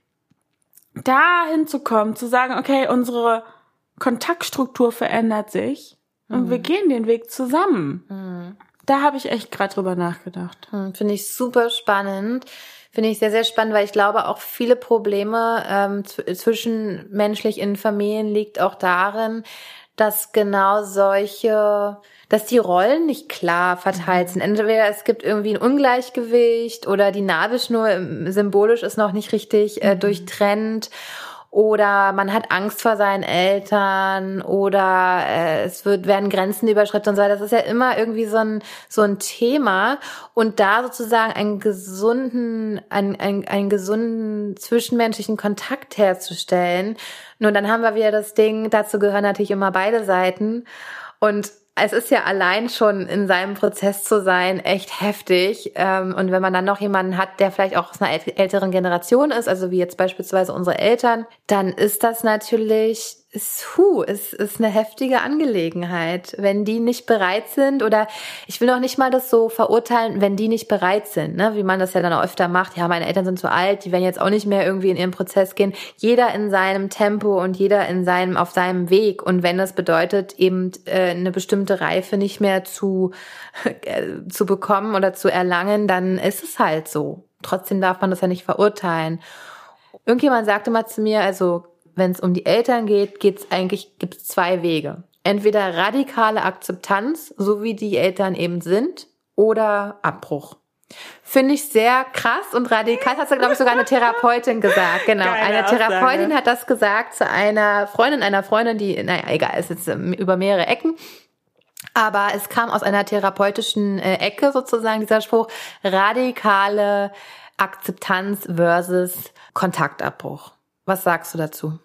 da hinzukommen, zu sagen, okay, unsere Kontaktstruktur verändert sich mhm. und wir gehen den Weg zusammen. Mhm. Da habe ich echt gerade drüber nachgedacht. Mhm, finde ich super spannend. Finde ich sehr, sehr spannend, weil ich glaube, auch viele Probleme ähm, zwischenmenschlich in Familien liegt auch darin, dass genau solche, dass die Rollen nicht klar verteilt sind. Entweder es gibt irgendwie ein Ungleichgewicht oder die Nabelschnur symbolisch ist noch nicht richtig äh, durchtrennt oder man hat Angst vor seinen Eltern oder äh, es wird werden Grenzen überschritten und so weiter. Das ist ja immer irgendwie so ein so ein Thema und da sozusagen einen gesunden einen, einen, einen gesunden zwischenmenschlichen Kontakt herzustellen. Nur dann haben wir wieder das Ding, dazu gehören natürlich immer beide Seiten und es ist ja allein schon in seinem Prozess zu sein echt heftig. Und wenn man dann noch jemanden hat, der vielleicht auch aus einer älteren Generation ist, also wie jetzt beispielsweise unsere Eltern, dann ist das natürlich, ist, hu, ist, ist eine heftige Angelegenheit. Wenn die nicht bereit sind oder ich will noch nicht mal das so verurteilen, wenn die nicht bereit sind, ne, wie man das ja dann auch öfter macht. Ja, meine Eltern sind zu alt, die werden jetzt auch nicht mehr irgendwie in ihren Prozess gehen. Jeder in seinem Tempo und jeder in seinem, auf seinem Weg. Und wenn das bedeutet, eben äh, eine bestimmte Reife nicht mehr zu, äh, zu bekommen oder zu erlangen, dann ist es halt so. Trotzdem darf man das ja nicht verurteilen. Irgendjemand sagte mal zu mir, also wenn es um die Eltern geht, geht's eigentlich, gibt's zwei Wege. Entweder radikale Akzeptanz, so wie die Eltern eben sind, oder Abbruch. Finde ich sehr krass und radikal. Das hat ja, glaube ich, sogar eine Therapeutin gesagt. Genau, Geile eine Therapeutin Aussage. Hat das gesagt zu einer Freundin, einer Freundin, die, naja, egal, ist jetzt über mehrere Ecken. Aber es kam aus einer therapeutischen äh, Ecke sozusagen dieser Spruch, radikale Akzeptanz versus Kontaktabbruch. Was sagst du dazu?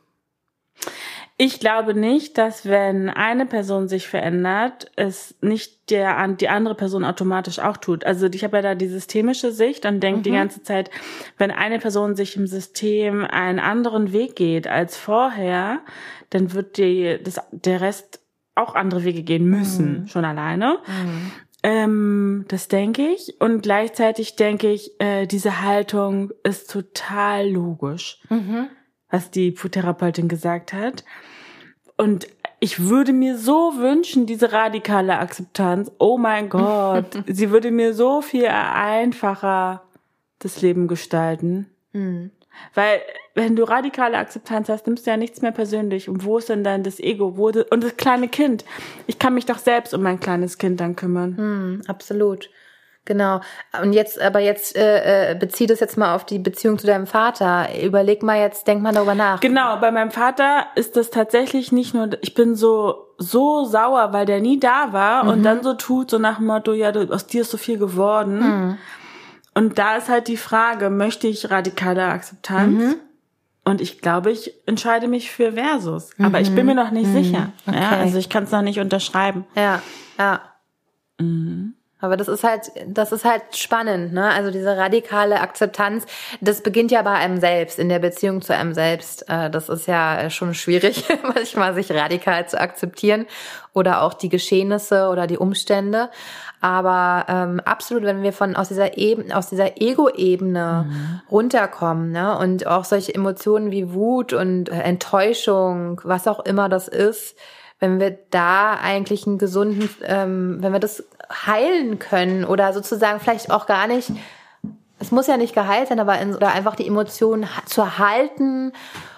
Ich glaube nicht, dass wenn eine Person sich verändert, es nicht der die andere Person automatisch auch tut. Also ich habe ja da die systemische Sicht und denke mhm. die ganze Zeit, wenn eine Person sich im System einen anderen Weg geht als vorher, dann wird die das der Rest auch andere Wege gehen müssen, mhm. schon alleine. Mhm. Ähm, ähm, das denke ich. Und gleichzeitig denke ich, äh, diese Haltung ist total logisch, mhm. was die Therapeutin gesagt hat. Und ich würde mir so wünschen, diese radikale Akzeptanz. Oh mein Gott, sie würde mir so viel einfacher das Leben gestalten. Mhm. Weil, wenn du radikale Akzeptanz hast, nimmst du ja nichts mehr persönlich. Und wo ist denn dann das Ego? Wo das, und das kleine Kind? Ich kann mich doch selbst um mein kleines Kind dann kümmern. Mhm, absolut. Genau. Und jetzt, aber jetzt äh, bezieh das jetzt mal auf die Beziehung zu deinem Vater. Überleg mal jetzt, denk mal darüber nach. Genau, bei meinem Vater ist das tatsächlich nicht nur, ich bin so so sauer, weil der nie da war mhm. und dann so tut, so nach dem Motto, ja, du, aus dir ist so viel geworden. Mhm. Und da ist halt die Frage, möchte ich radikale Akzeptanz? Mhm. Und ich glaube, ich entscheide mich für Versus. Mhm. Aber ich bin mir noch nicht mhm. sicher. Okay. Ja, also ich kann es noch nicht unterschreiben. Ja, ja. Mhm. Aber das ist halt, das ist halt spannend, ne? Also diese radikale Akzeptanz, das beginnt ja bei einem selbst, in der Beziehung zu einem selbst. Das ist ja schon schwierig, manchmal sich radikal zu akzeptieren oder auch die Geschehnisse oder die Umstände. Aber ähm, absolut, wenn wir von aus dieser Ebene, aus dieser Ego-Ebene mhm. runterkommen, ne, und auch solche Emotionen wie Wut und äh, Enttäuschung, was auch immer das ist, wenn wir da eigentlich einen gesunden, ähm, wenn wir das heilen können oder sozusagen vielleicht auch gar nicht, es muss ja nicht geheilt sein, aber in, oder einfach die Emotionen zu halten.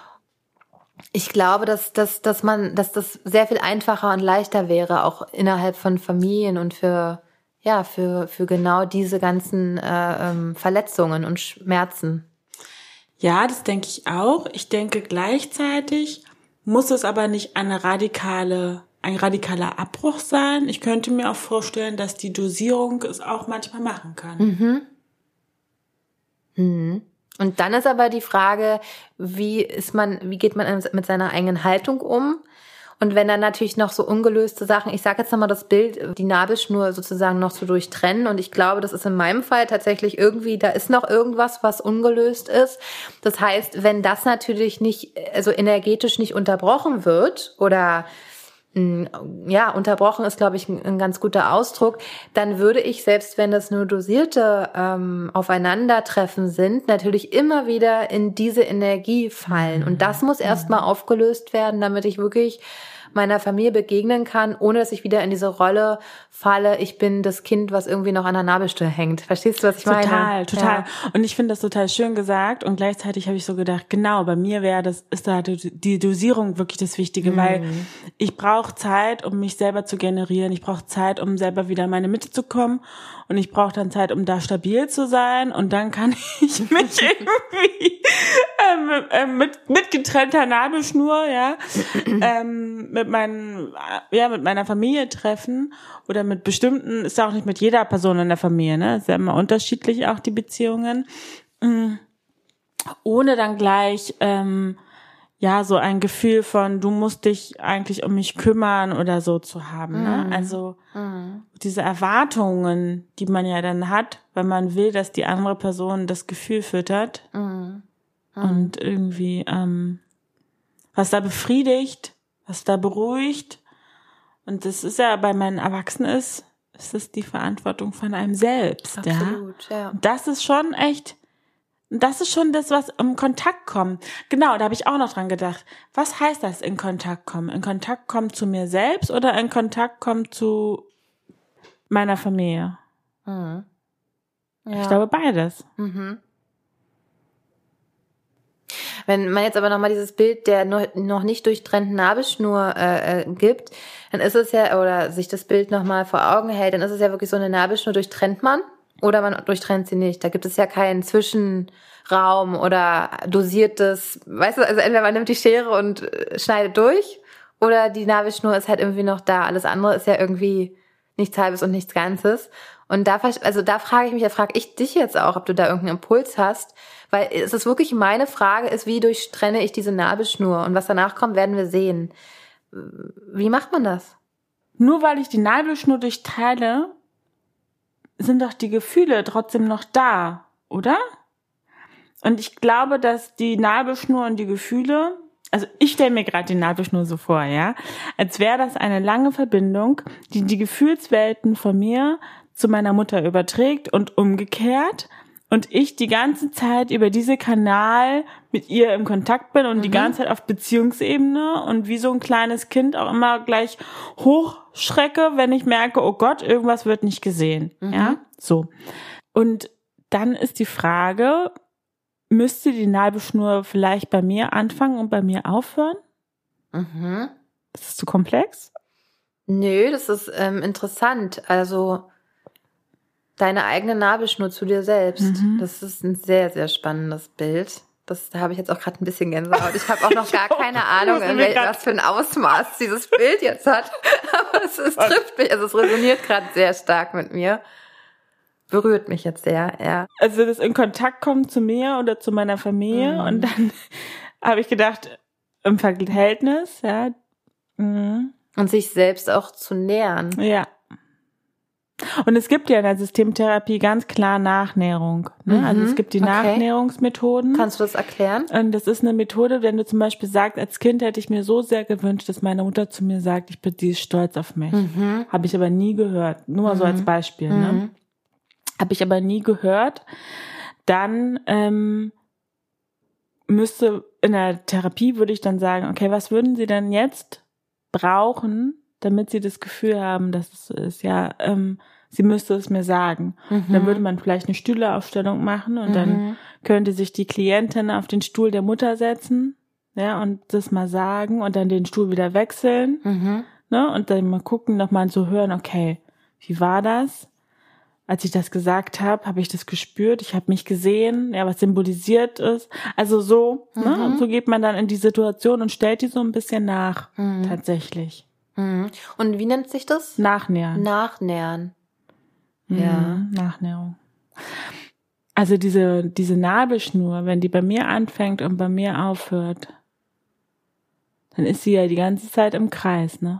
Ich glaube, dass, dass, dass man, dass das sehr viel einfacher und leichter wäre, auch innerhalb von Familien und für, ja, für, für genau diese ganzen äh, ähm, Verletzungen und Schmerzen. Ja, das denke ich auch. Ich denke gleichzeitig muss es aber nicht eine radikale, ein radikaler Abbruch sein. Ich könnte mir auch vorstellen, dass die Dosierung es auch manchmal machen kann. Mhm. Mhm. Und dann ist aber die Frage, wie ist man, wie geht man mit seiner eigenen Haltung um? Und wenn dann natürlich noch so ungelöste Sachen, ich sage jetzt nochmal das Bild, die Nabelschnur sozusagen noch zu durchtrennen. Und ich glaube, das ist in meinem Fall tatsächlich irgendwie, da ist noch irgendwas, was ungelöst ist. Das heißt, wenn das natürlich nicht, also energetisch nicht unterbrochen wird oder ja, unterbrochen ist, glaube ich, ein, ein ganz guter Ausdruck, dann würde ich, selbst wenn das nur dosierte ähm, Aufeinandertreffen sind, natürlich immer wieder in diese Energie fallen. Und das muss erstmal aufgelöst werden, damit ich wirklich meiner Familie begegnen kann, ohne dass ich wieder in diese Rolle falle, ich bin das Kind, was irgendwie noch an der Nabelschnur hängt. Verstehst du, was ich total, meine? Total, total. Ja. Und ich finde das total schön gesagt und gleichzeitig habe ich so gedacht, genau, bei mir wäre das, ist da die Dosierung wirklich das Wichtige, mhm. weil ich brauche Zeit, um mich selber zu generieren, ich brauche Zeit, um selber wieder in meine Mitte zu kommen und ich brauche dann Zeit, um da stabil zu sein und dann kann ich mich irgendwie ähm, äh, mit, mit getrennter Nabelschnur, ja, ähm, mit meinen, ja, mit meiner Familie treffen oder mit bestimmten, ist ja auch nicht mit jeder Person in der Familie, ne, ist ja immer unterschiedlich auch die Beziehungen, ohne dann gleich, ähm, ja, so ein Gefühl von, du musst dich eigentlich um mich kümmern oder so zu haben, ne, mm. also mm. diese Erwartungen, die man ja dann hat, weil man will, dass die andere Person das Gefühl füttert mm. Mm. und irgendwie, ähm, was da befriedigt, was da beruhigt. Und das ist ja, bei meinen Erwachsenen ist, ist es die Verantwortung von einem selbst. Absolut, ja. ja. Und das ist schon echt, das ist schon das, was im Kontakt kommt. Genau, da habe ich auch noch dran gedacht. Was heißt das, in Kontakt kommen? In Kontakt kommen zu mir selbst oder in Kontakt kommen zu meiner Familie? Mhm. Ja. Ich glaube, beides. Mhm. Wenn man jetzt aber nochmal dieses Bild der noch nicht durchtrennten Nabelschnur äh, gibt, dann ist es ja, oder sich das Bild nochmal vor Augen hält, dann ist es ja wirklich so, eine Nabelschnur durchtrennt man oder man durchtrennt sie nicht. Da gibt es ja keinen Zwischenraum oder dosiertes, weißt du, also entweder man nimmt die Schere und schneidet durch oder die Nabelschnur ist halt irgendwie noch da. Alles andere ist ja irgendwie nichts Halbes und nichts Ganzes. Und da, also da frage ich mich, da frage ich dich jetzt auch, ob du da irgendeinen Impuls hast, weil es ist wirklich meine Frage ist, wie durchtrenne ich diese Nabelschnur und was danach kommt, werden wir sehen. Wie macht man das? Nur weil ich die Nabelschnur durchteile, sind doch die Gefühle trotzdem noch da, oder? Und ich glaube, dass die Nabelschnur und die Gefühle, also ich stelle mir gerade die Nabelschnur so vor, ja, als wäre das eine lange Verbindung, die die Gefühlswelten von mir zu meiner Mutter überträgt und umgekehrt und ich die ganze Zeit über diese Kanal mit ihr im Kontakt bin und mhm. die ganze Zeit auf Beziehungsebene und wie so ein kleines Kind auch immer gleich hochschrecke, wenn ich merke, oh Gott, irgendwas wird nicht gesehen. Mhm. Ja, so. Und dann ist die Frage, müsste die Nabelschnur vielleicht bei mir anfangen und bei mir aufhören? Mhm. Ist das zu komplex? Nö, das ist ähm, interessant. Also deine eigene Nabelschnur zu dir selbst. Mhm. Das ist ein sehr, sehr spannendes Bild. Das, da habe ich jetzt auch gerade ein bisschen Gänsehaut. Ich habe auch noch gar keine Ahnung, in wel, was für ein Ausmaß dieses Bild jetzt hat. Aber es, es trifft mich, also es resoniert gerade sehr stark mit mir. Berührt mich jetzt sehr, ja. Also das in Kontakt kommt zu mir oder zu meiner Familie mhm. und dann habe ich gedacht, im Verhältnis, ja. Mhm. Und sich selbst auch zu nähern. Ja. Und es gibt ja in der Systemtherapie ganz klar Nachnährung. Ne? Mhm. Also es gibt die okay. Nachnährungsmethoden. Kannst du das erklären? Und das ist eine Methode, wenn du zum Beispiel sagst, als Kind hätte ich mir so sehr gewünscht, dass meine Mutter zu mir sagt, ich bin, die ist stolz auf mich. Mhm. Habe ich aber nie gehört. Nur mal mhm. so als Beispiel, mhm. ne? Habe ich aber nie gehört. Dann ähm, müsste in der Therapie, würde ich dann sagen, okay, was würden Sie denn jetzt brauchen, damit Sie das Gefühl haben, dass es ist, ja, ähm, Sie müsste es mir sagen. Mhm. Dann würde man vielleicht eine Stühleaufstellung machen und mhm. dann könnte sich die Klientin auf den Stuhl der Mutter setzen, ja, und das mal sagen und dann den Stuhl wieder wechseln, mhm. ne, und dann mal gucken, nochmal zu hören, okay, wie war das? Als ich das gesagt habe, habe ich das gespürt, ich habe mich gesehen, ja, was symbolisiert ist. Also so, mhm. ne, und so geht man dann in die Situation und stellt die so ein bisschen nach, mhm. tatsächlich. Mhm. Und wie nennt sich das? Nachnähern. Nachnähern. Mhm. Ja. Nachnährung. Also diese, diese Nabelschnur, wenn die bei mir anfängt und bei mir aufhört, dann ist sie ja die ganze Zeit im Kreis, ne?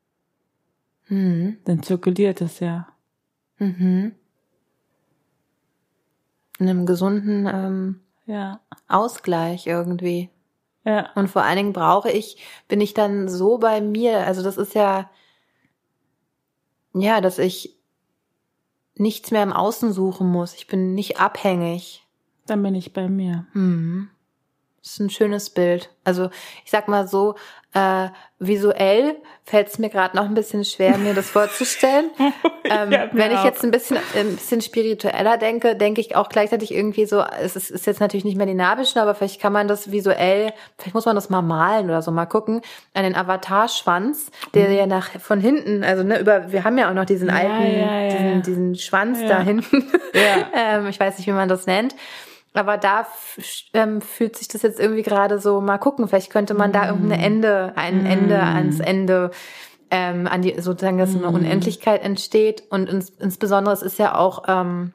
Mhm. Dann zirkuliert es ja. Mhm. In einem gesunden ähm, ja. Ausgleich irgendwie. Ja. Und vor allen Dingen brauche ich, bin ich dann so bei mir, also das ist ja, ja, dass ich nichts mehr im Außen suchen muss. Ich bin nicht abhängig. Dann bin ich bei mir. Mhm. Das ist ein schönes Bild. Also ich sag mal so, äh, visuell fällt es mir gerade noch ein bisschen schwer, mir das vorzustellen. ähm, ja, wenn ich auch. jetzt ein bisschen ein bisschen spiritueller denke, denke ich auch gleichzeitig irgendwie so, es ist, ist jetzt natürlich nicht mehr die Nabelschnur, aber vielleicht kann man das visuell, vielleicht muss man das mal malen oder so, mal gucken, an den Avatarschwanz, der mhm. ja nach von hinten, also ne, über, wir haben ja auch noch diesen ja, alten, ja, ja. diesen, diesen Schwanz ja. da hinten. Ja. ähm, ich weiß nicht, wie man das nennt. Aber da f- ähm, fühlt sich das jetzt irgendwie gerade so, mal gucken, vielleicht könnte man mm. da irgendein Ende, ein mm. Ende ans Ende, ähm, an die, sozusagen, dass mm. eine Unendlichkeit entsteht. Und ins, insbesondere, es ist ja auch ähm,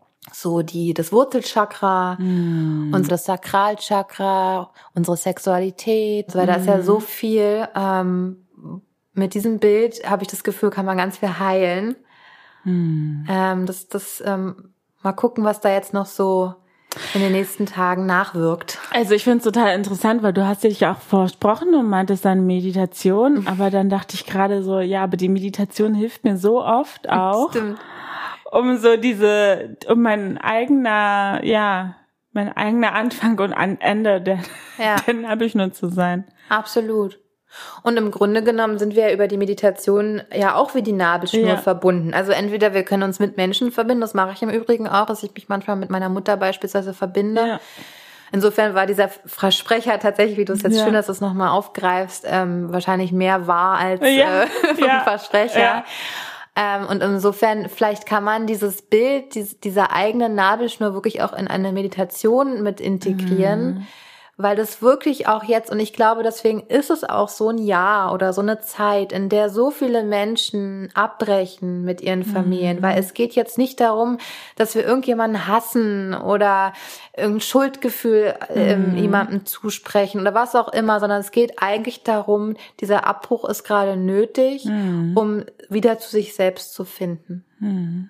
so die das Wurzelchakra, mm. und das Sakralchakra, unsere Sexualität, weil mm. da ist ja so viel, ähm, mit diesem Bild habe ich das Gefühl, kann man ganz viel heilen. Mm. Ähm, das, das, ähm, mal gucken, was da jetzt noch so in den nächsten Tagen nachwirkt. Also ich finde es total interessant, weil du hast dich ja auch versprochen und meintest dann Meditation, mhm. aber dann dachte ich gerade so, ja, aber die Meditation hilft mir so oft auch, Stimmt. um so diese, um mein eigener, ja, mein eigener Anfang und Ende der, ja. der Nabelschnur zu sein. Absolut. Und im Grunde genommen sind wir über die Meditation ja auch wie die Nabelschnur ja. verbunden. Also entweder wir können uns mit Menschen verbinden, das mache ich im Übrigen auch, dass ich mich manchmal mit meiner Mutter beispielsweise verbinde. Ja. Insofern war dieser Versprecher tatsächlich, wie du es jetzt ja. schön, dass du es nochmal aufgreifst, ähm, wahrscheinlich mehr wahr als ja. äh, ja. Versprecher. Ja. Ähm, und insofern, vielleicht kann man dieses Bild dies, dieser eigenen Nabelschnur wirklich auch in eine Meditation mit integrieren. Mhm. Weil das wirklich auch jetzt, und ich glaube, deswegen ist es auch so ein Jahr oder so eine Zeit, in der so viele Menschen abbrechen mit ihren Familien. Mhm. Weil es geht jetzt nicht darum, dass wir irgendjemanden hassen oder irgendein Schuldgefühl ähm, mhm. jemandem zusprechen oder was auch immer, sondern es geht eigentlich darum, dieser Abbruch ist gerade nötig, mhm. um wieder zu sich selbst zu finden. Mhm.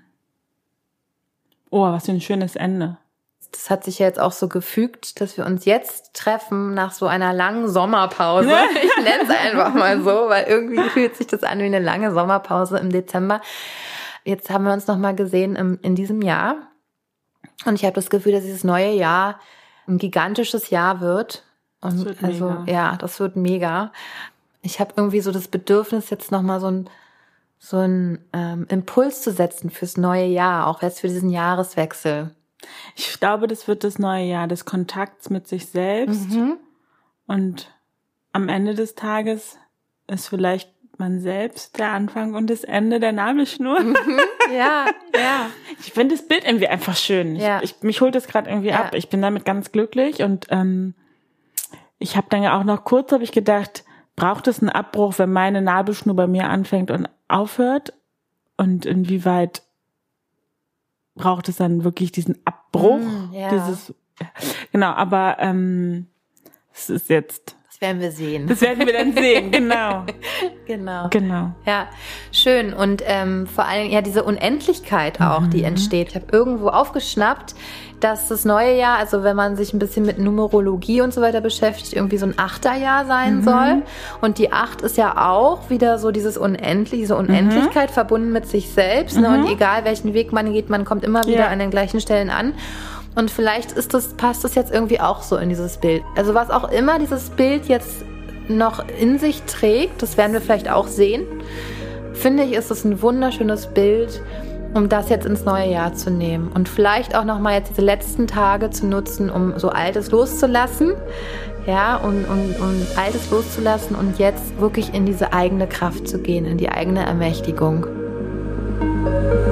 Oh, was für ein schönes Ende. Das hat sich ja jetzt auch so gefügt, dass wir uns jetzt treffen nach so einer langen Sommerpause. Ich nenne es einfach mal so, weil irgendwie fühlt sich das an wie eine lange Sommerpause im Dezember. jetzt haben wir uns nochmal gesehen im, in diesem Jahr. Und ich habe das Gefühl, dass dieses neue Jahr ein gigantisches Jahr wird. Und das wird also, mega. ja, das wird mega. Ich habe irgendwie so das Bedürfnis, jetzt nochmal so ein so einen ähm, Impuls zu setzen fürs neue Jahr, auch jetzt für diesen Jahreswechsel. Ich glaube, das wird das neue Jahr des Kontakts mit sich selbst. Mhm. Und am Ende des Tages ist vielleicht man selbst der Anfang und das Ende der Nabelschnur. Mhm. Ja, ja. Ich finde das Bild irgendwie einfach schön. Ja. Ich, ich, mich holt das gerade irgendwie Ja. ab. Ich bin damit ganz glücklich und ähm, ich habe dann ja auch noch kurz, habe ich gedacht, braucht es einen Abbruch, wenn meine Nabelschnur bei mir anfängt und aufhört? Und inwieweit braucht es dann wirklich diesen Abbruch? Mm, ja. Dieses, genau, aber ähm, es ist jetzt, Das werden wir sehen. das werden wir dann sehen, genau. Genau. Genau. Ja, schön. Und ähm, vor allem ja diese Unendlichkeit auch, Mhm. die entsteht. Ich habe irgendwo aufgeschnappt, dass das neue Jahr, also wenn man sich ein bisschen mit Numerologie und so weiter beschäftigt, irgendwie so ein Achterjahr sein Mhm. soll. Und die Acht ist ja auch wieder so dieses Unendliche, diese Unendlichkeit verbunden mit sich selbst. Ne? Mhm. Und egal welchen Weg man geht, man kommt immer wieder Ja. an den gleichen Stellen an. Und vielleicht ist das, passt das jetzt irgendwie auch so in dieses Bild. Also was auch immer dieses Bild jetzt noch in sich trägt, das werden wir vielleicht auch sehen, finde ich, ist es ein wunderschönes Bild, um das jetzt ins neue Jahr zu nehmen. Und vielleicht auch nochmal jetzt diese letzten Tage zu nutzen, um so Altes loszulassen. Ja, um, um, um Altes loszulassen und jetzt wirklich in diese eigene Kraft zu gehen, in die eigene Ermächtigung.